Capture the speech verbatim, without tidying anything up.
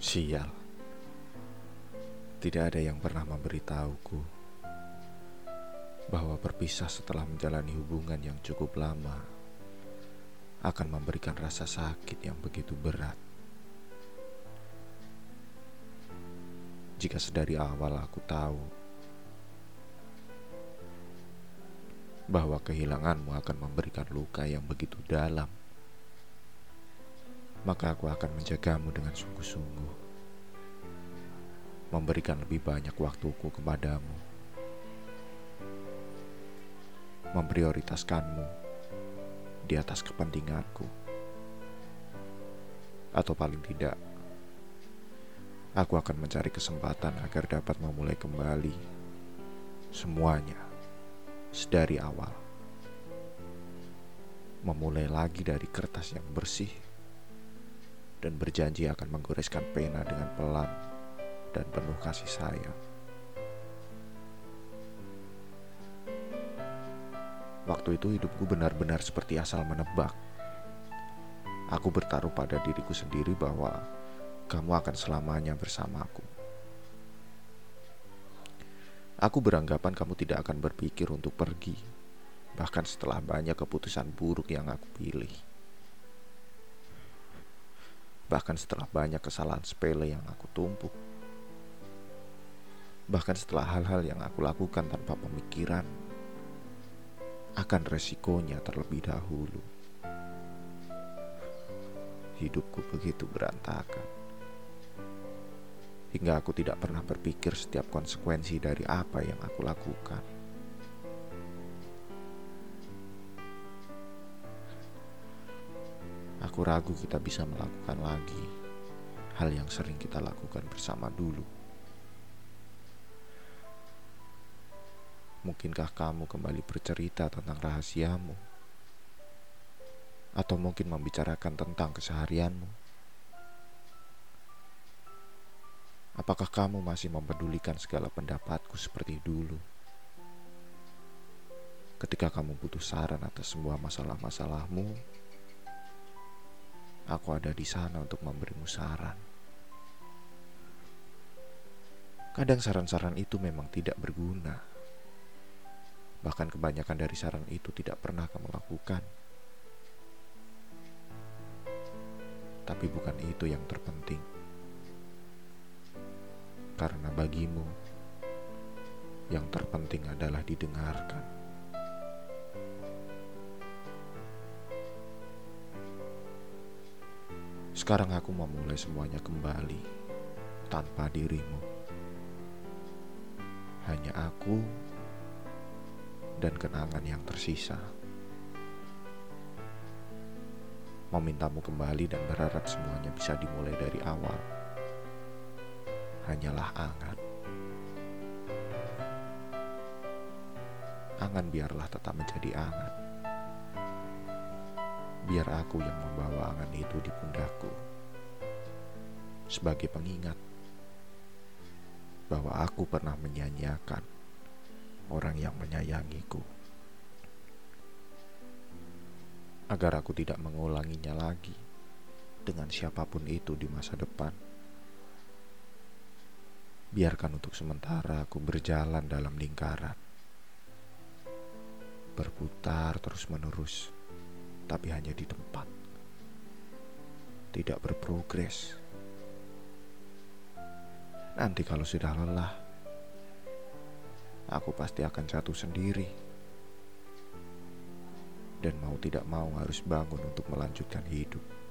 Sial, tidak ada yang pernah memberitahuku bahwa berpisah setelah menjalani hubungan yang cukup lama akan memberikan rasa sakit yang begitu berat. Jika sedari awal aku tahu bahwa kehilanganmu akan memberikan luka yang begitu dalam, maka aku akan menjagamu dengan sungguh-sungguh, memberikan lebih banyak waktuku kepadamu, memprioritaskanmu di atas kepentinganku, atau paling tidak, aku akan mencari kesempatan agar dapat memulai kembali semuanya sedari awal, memulai lagi dari kertas yang bersih, dan berjanji akan menggoreskan pena dengan pelan dan penuh kasih sayang. Waktu itu hidupku benar-benar seperti asal menebak. Aku bertaruh pada diriku sendiri bahwa kamu akan selamanya bersamaku. Aku beranggapan kamu tidak akan berpikir untuk pergi, bahkan setelah banyak keputusan buruk yang aku pilih. Bahkan setelah banyak kesalahan sepele yang aku tumpuk. Bahkan setelah hal-hal yang aku lakukan tanpa pemikiran akan resikonya terlebih dahulu. Hidupku begitu berantakan, hingga aku tidak pernah berpikir setiap konsekuensi dari apa yang aku lakukan. Aku ragu kita bisa melakukan lagi hal yang sering kita lakukan bersama dulu. Mungkinkah kamu kembali bercerita tentang rahasiamu? Atau mungkin membicarakan tentang keseharianmu? Apakah kamu masih mempedulikan segala pendapatku seperti dulu? Ketika kamu butuh saran atas semua masalah-masalahmu, aku ada di sana untuk memberimu saran. Kadang saran-saran itu memang tidak berguna. Bahkan kebanyakan dari saran itu tidak pernah kamu lakukan. Tapi bukan itu yang terpenting. Karena bagimu, yang terpenting adalah didengarkan. Sekarang aku memulai semuanya kembali tanpa dirimu. Hanya aku dan kenangan yang tersisa. Memintamu kembali dan berharap semuanya bisa dimulai dari awal hanyalah angan. Angan biarlah tetap menjadi angan. Biar aku yang membawa angan itu di pundakku sebagai pengingat bahwa aku pernah menyanyiakan orang yang menyayangiku, agar aku tidak mengulanginya lagi dengan siapapun itu di masa depan. Biarkan untuk sementara aku berjalan dalam lingkaran, berputar terus-menerus, tapi hanya di tempat, tidak berprogres. Nanti kalau sudah lelah, aku pasti akan jatuh sendiri. Dan mau tidak mau harus bangun untuk melanjutkan hidup.